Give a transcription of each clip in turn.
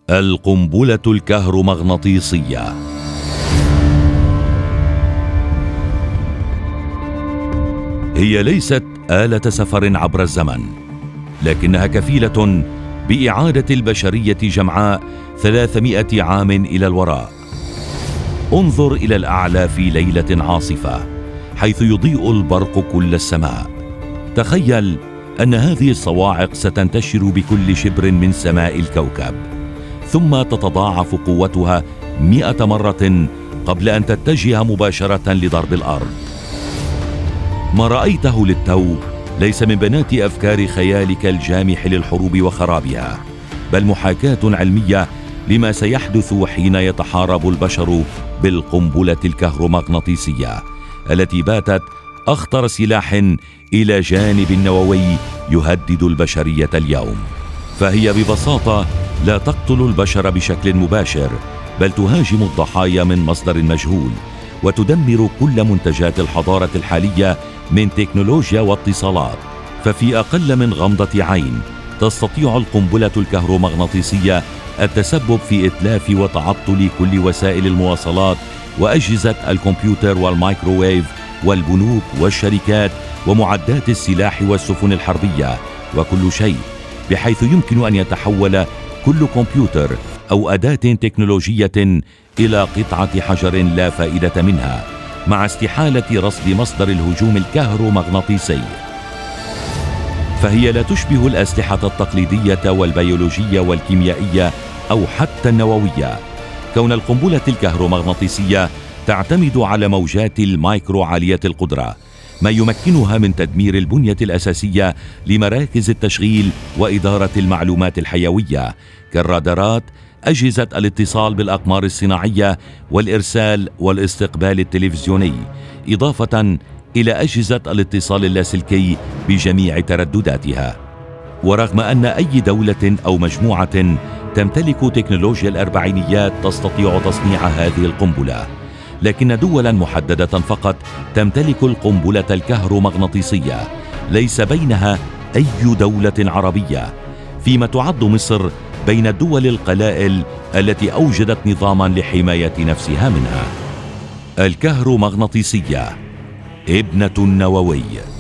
القنبلة الكهرومغناطيسية. هي ليست آلة سفر عبر الزمن، لكنها كفيلة بإعادة البشرية جمعاء 300 عام إلى الوراء. انظر إلى الأعلى في ليلة عاصفة حيث يضيء البرق كل السماء. تخيل أن هذه الصواعق ستنتشر بكل شبر من سماء الكوكب، ثم تتضاعف قوتها 100 مرة قبل أن تتجه مباشرة لضرب الأرض. ما رأيته للتو ليس من بنات أفكار خيالك الجامح للحروب وخرابها، بل محاكاة علمية لما سيحدث حين يتحارب البشر بالقنبلة الكهرومغناطيسية التي باتت أخطر سلاح إلى جانب النووي يهدد البشرية اليوم. فهي ببساطة لا تقتل البشر بشكل مباشر، بل تهاجم الضحايا من مصدر مجهول، وتدمر كل منتجات الحضارة الحالية من تكنولوجيا واتصالات. ففي أقل من غمضة عين تستطيع القنبلة الكهرومغناطيسية التسبب في إتلاف وتعطل كل وسائل المواصلات وأجهزة الكمبيوتر والمايكروويف والبنوك والشركات ومعدات السلاح والسفن الحربية وكل شيء، بحيث يمكن أن يتحول كل كمبيوتر أو أداة تكنولوجية إلى قطعة حجر لا فائدة منها، مع استحالة رصد مصدر الهجوم الكهرومغناطيسي. فهي لا تشبه الأسلحة التقليدية والبيولوجية والكيميائية أو حتى النووية، كون القنبلة الكهرومغناطيسية تعتمد على موجات المايكرو عالية القدرة، ما يمكنها من تدمير البنية الأساسية لمراكز التشغيل وإدارة المعلومات الحيوية كالرادارات، أجهزة الاتصال بالأقمار الصناعية والإرسال والاستقبال التلفزيوني، إضافة إلى أجهزة الاتصال اللاسلكي بجميع تردداتها. ورغم أن أي دولة أو مجموعة تمتلك تكنولوجيا الأربعينيات تستطيع تصنيع هذه القنبلة، لكن دولا محددة فقط تمتلك القنبلة الكهرومغناطيسية، ليس بينها أي دولة عربية، فيما تعد مصر بين الدول القلائل التي أوجدت نظاما لحماية نفسها منها. الكهرومغناطيسية ابنة النووي.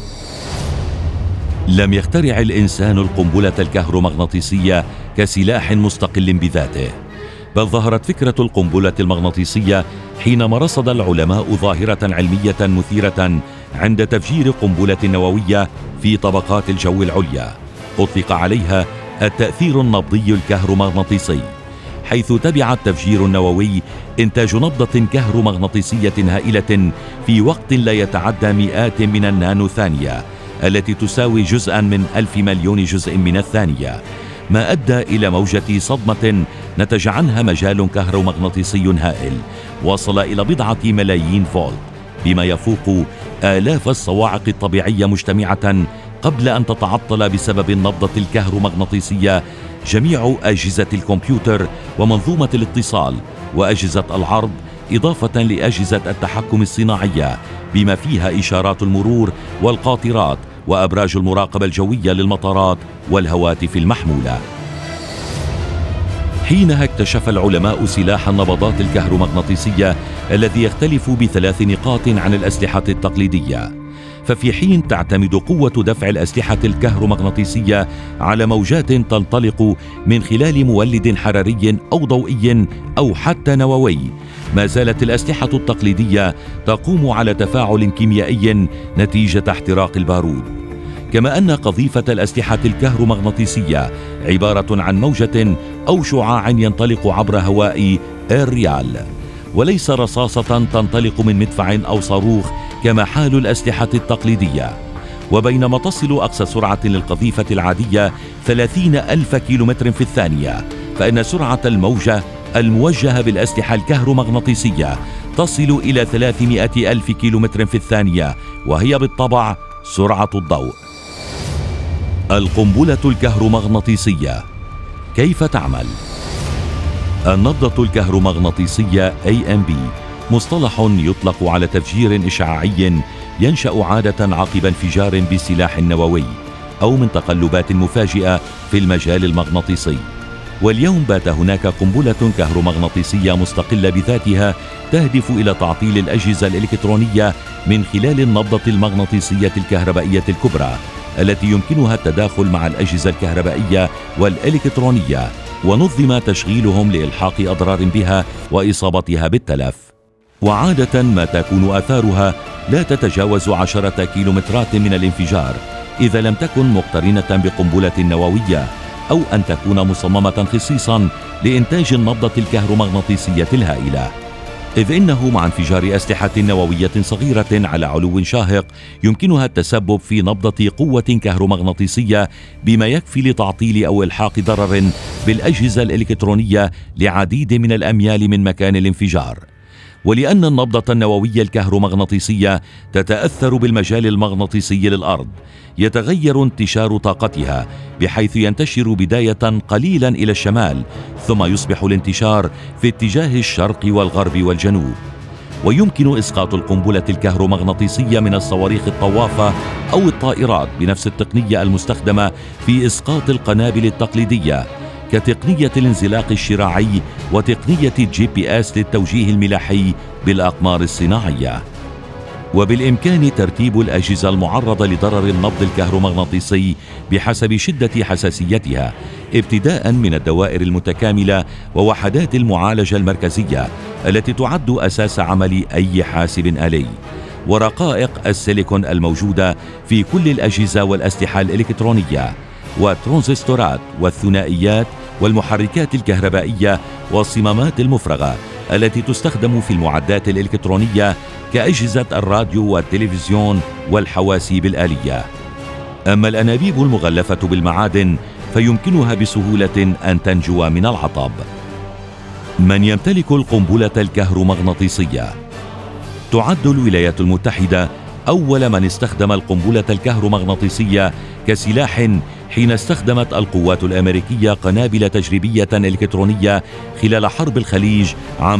لم يخترع الإنسان القنبلة الكهرومغناطيسية كسلاح مستقل بذاته، بل ظهرت فكرة القنبلة المغناطيسية حينما رصد العلماء ظاهرة علمية مثيرة عند تفجير قنبلة نووية في طبقات الجو العليا، أطلق عليها التأثير النبضي الكهرومغناطيسي، حيث تبع التفجير النووي إنتاج نبضة كهرومغناطيسية هائلة في وقت لا يتعدى مئات من النانو ثانية، التي تساوي جزءا من 1000 مليون جزء من الثانية، ما أدى إلى موجة صدمة نتج عنها مجال كهرومغناطيسي هائل وصل إلى بضعة ملايين فولت، بما يفوق آلاف الصواعق الطبيعية مجتمعة قبل أن تتعطل بسبب النبضة الكهرومغناطيسية جميع أجهزة الكمبيوتر ومنظومة الاتصال وأجهزة العرض، إضافة لأجهزة التحكم الصناعية بما فيها إشارات المرور والقاطرات وأبراج المراقبة الجوية للمطارات والهواتف المحمولة. حينها اكتشف العلماء سلاح النبضات الكهرومغناطيسية الذي يختلف ب3 نقاط عن الأسلحة التقليدية. ففي حين تعتمد قوة دفع الأسلحة الكهرومغناطيسية على موجات تنطلق من خلال مولد حراري أو ضوئي أو حتى نووي، ما زالت الأسلحة التقليدية تقوم على تفاعل كيميائي نتيجة احتراق البارود. كما أن قذيفة الأسلحة الكهرومغناطيسية عبارة عن موجة أو شعاع ينطلق عبر هواء الريال، وليس رصاصة تنطلق من مدفع أو صاروخ كما حال الأسلحة التقليدية. وبينما تصل أقصى سرعة للقذيفة العادية 30,000 كيلومتر في الثانية، فإن سرعة الموجة الموجهة بالأسلحة الكهرومغناطيسية تصل إلى 300,000 كيلومتر في الثانية، وهي بالطبع سرعة الضوء. القنبلة الكهرومغناطيسية كيف تعمل؟ النبضة الكهرومغناطيسية AMB مصطلح يطلق على تفجير إشعاعي ينشأ عادة عقب انفجار بسلاح نووي أو من تقلبات مفاجئة في المجال المغناطيسي. واليوم بات هناك قنبلة كهرومغناطيسية مستقلة بذاتها تهدف إلى تعطيل الأجهزة الإلكترونية من خلال النبضة المغناطيسية الكهربائية الكبرى التي يمكنها التداخل مع الأجهزة الكهربائية والإلكترونية، ونظم تشغيلهم لإلحاق أضرار بها وإصابتها بالتلف. وعادة ما تكون آثارها لا تتجاوز 10 كيلومترات من الانفجار إذا لم تكن مقترنة بقنبلة نووية، أو أن تكون مصممة خصيصا لإنتاج النبضة الكهرومغناطيسية الهائلة، إذ إنه مع انفجار أسلحة نووية صغيرة على علو شاهق يمكنها التسبب في نبضة قوة كهرومغناطيسية بما يكفي لتعطيل أو إلحاق ضرر بالأجهزة الإلكترونية لعديد من الأميال من مكان الانفجار. ولأن النبضة النووية الكهرومغناطيسية تتأثر بالمجال المغناطيسي للأرض، يتغير انتشار طاقتها بحيث ينتشر بداية قليلا إلى الشمال، ثم يصبح الانتشار في اتجاه الشرق والغرب والجنوب. ويمكن إسقاط القنبلة الكهرومغناطيسية من الصواريخ الطوافة أو الطائرات بنفس التقنية المستخدمة في إسقاط القنابل التقليدية، كتقنية الانزلاق الشراعي وتقنية GPS للتوجيه الملاحي بالأقمار الصناعية. وبالإمكان ترتيب الأجهزة المعرضة لضرر النبض الكهرومغناطيسي بحسب شدة حساسيتها، ابتداء من الدوائر المتكاملة ووحدات المعالجة المركزية التي تعد أساس عمل أي حاسب آلي، ورقائق السيليكون الموجودة في كل الأجهزة والأسلحة الإلكترونية، والترانزستورات والثنائيات والمحركات الكهربائية والصمامات المفرغة التي تستخدم في المعدات الإلكترونية كأجهزة الراديو والتلفزيون والحواسيب الآلية. أما الأنابيب المغلفة بالمعادن فيمكنها بسهولة أن تنجو من العطب. من يمتلك القنبلة الكهرومغناطيسية؟ تعد الولايات المتحدة أول من استخدم القنبلة الكهرومغناطيسية كسلاح حين استخدمت القوات الأمريكية قنابل تجريبية إلكترونية خلال حرب الخليج عام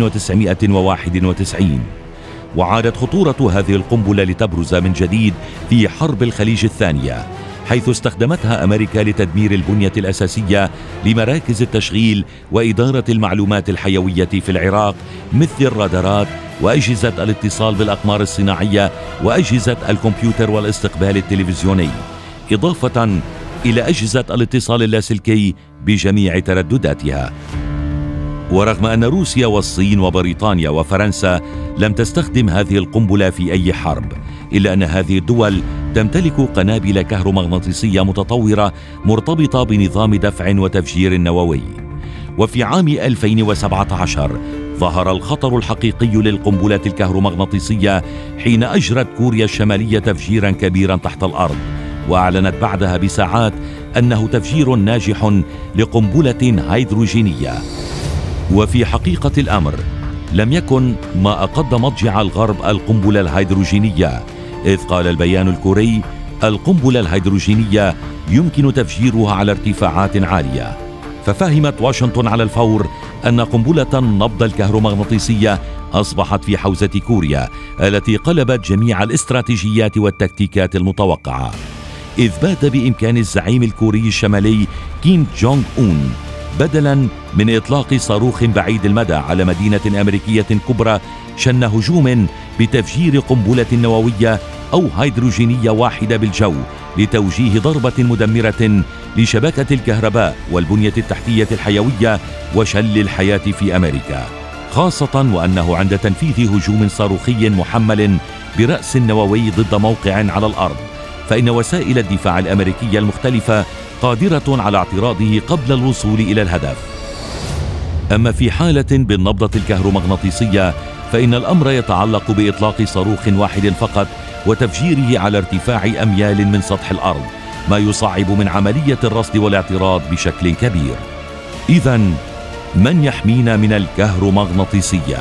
1991. وعادت خطورة هذه القنبلة لتبرز من جديد في حرب الخليج الثانية، حيث استخدمتها أمريكا لتدمير البنية الأساسية لمراكز التشغيل وإدارة المعلومات الحيوية في العراق، مثل الرادارات وأجهزة الاتصال بالأقمار الصناعية وأجهزة الكمبيوتر والاستقبال التلفزيوني، إضافة إلى أجهزة الاتصال اللاسلكي بجميع تردداتها. ورغم أن روسيا والصين وبريطانيا وفرنسا لم تستخدم هذه القنبلة في أي حرب، إلا أن هذه الدول تمتلك قنابل كهرومغناطيسية متطورة مرتبطة بنظام دفع وتفجير نووي. وفي عام 2017 ظهر الخطر الحقيقي للقنبلة الكهرومغناطيسية حين أجرت كوريا الشمالية تفجيرا كبيرا تحت الأرض، وأعلنت بعدها بساعات أنه تفجير ناجح لقنبلة هيدروجينية. وفي حقيقة الأمر لم يكن ما أقد مضجع الغرب القنبلة الهيدروجينية، إذ قال البيان الكوري: القنبلة الهيدروجينية يمكن تفجيرها على ارتفاعات عالية. ففهمت واشنطن على الفور أن قنبلة النبض الكهرومغناطيسية أصبحت في حوزة كوريا التي قلبت جميع الاستراتيجيات والتكتيكات المتوقعة، إذ بات بإمكان الزعيم الكوري الشمالي كيم جونغ أون بدلاً من إطلاق صاروخ بعيد المدى على مدينة أمريكية كبرى شن هجوم بتفجير قنبلة نووية أو هيدروجينية واحدة بالجو لتوجيه ضربة مدمرة لشبكة الكهرباء والبنية التحتية الحيوية وشل الحياة في أمريكا، خاصة وأنه عند تنفيذ هجوم صاروخي محمل برأس نووي ضد موقع على الأرض فإن وسائل الدفاع الأمريكية المختلفة قادرة على اعتراضه قبل الوصول إلى الهدف. أما في حالة بالنبضة الكهرومغناطيسية فإن الأمر يتعلق بإطلاق صاروخ واحد فقط وتفجيره على ارتفاع أميال من سطح الأرض، ما يصعب من عملية الرصد والاعتراض بشكل كبير. إذن من يحمينا من الكهرومغناطيسية؟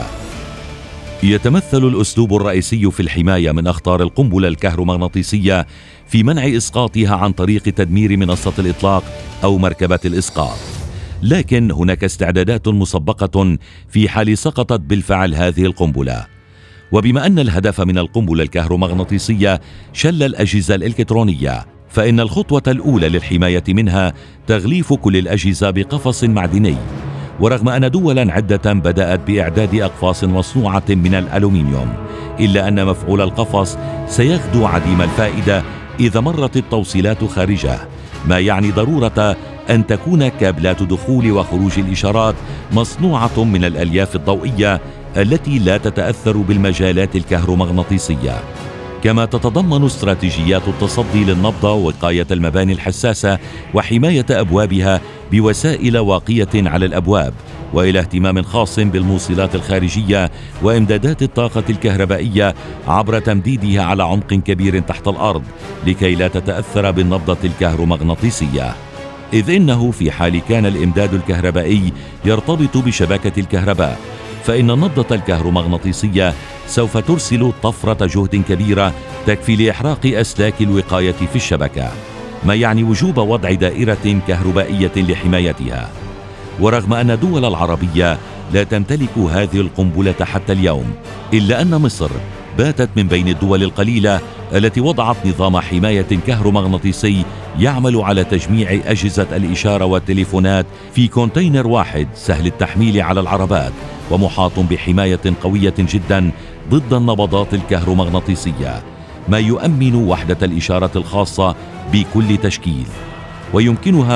يتمثل الأسلوب الرئيسي في الحماية من أخطار القنبلة الكهرومغناطيسية في منع إسقاطها عن طريق تدمير منصة الإطلاق أو مركبة الإسقاط، لكن هناك استعدادات مسبقة في حال سقطت بالفعل هذه القنبلة. وبما أن الهدف من القنبلة الكهرومغناطيسية شل الأجهزة الإلكترونية، فإن الخطوة الأولى للحماية منها تغليف كل الأجهزة بقفص معدني. ورغم أن دولا عدة بدأت بإعداد أقفاص مصنوعة من الألومنيوم، إلا أن مفعول القفص سيغدو عديم الفائدة إذا مرت التوصيلات خارجه، ما يعني ضرورة أن تكون كابلات دخول وخروج الإشارات مصنوعة من الألياف الضوئية التي لا تتأثر بالمجالات الكهرومغناطيسية. كما تتضمن استراتيجيات التصدي للنبضة ووقاية المباني الحساسة وحماية أبوابها بوسائل واقية على الأبواب، وإلى اهتمام خاص بالموصلات الخارجية وإمدادات الطاقة الكهربائية عبر تمديدها على عمق كبير تحت الأرض لكي لا تتأثر بالنبضة الكهرومغناطيسية، إذ إنه في حال كان الإمداد الكهربائي يرتبط بشبكة الكهرباء فإن النبضة الكهرومغناطيسية سوف ترسل طفرة جهد كبيرة تكفي لإحراق أسلاك الوقاية في الشبكة، ما يعني وجوب وضع دائرة كهربائية لحمايتها. ورغم أن الدول العربية لا تمتلك هذه القنبلة حتى اليوم، إلا أن مصر باتت من بين الدول القليلة التي وضعت نظام حماية كهرومغناطيسي يعمل على تجميع أجهزة الإشارة والتليفونات في كونتينر واحد سهل التحميل على العربات، ومحاط بحماية قوية جدا ضد النبضات الكهرومغناطيسية، ما يؤمن وحدة الإشارة الخاصة بكل تشكيل، ويمكنها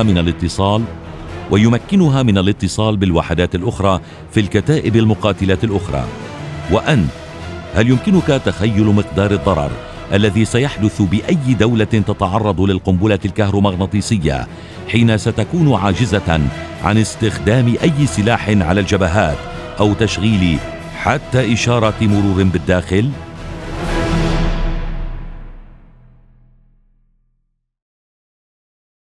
من الاتصال بالوحدات الأخرى في الكتائب المقاتلة الأخرى. وأنت، هل يمكنك تخيل مقدار الضرر الذي سيحدث بأي دولة تتعرض للقنبلة الكهرومغناطيسية حين ستكون عاجزة عن استخدام أي سلاح على الجبهات أو تشغيل حتى إشارة مرور بالداخل؟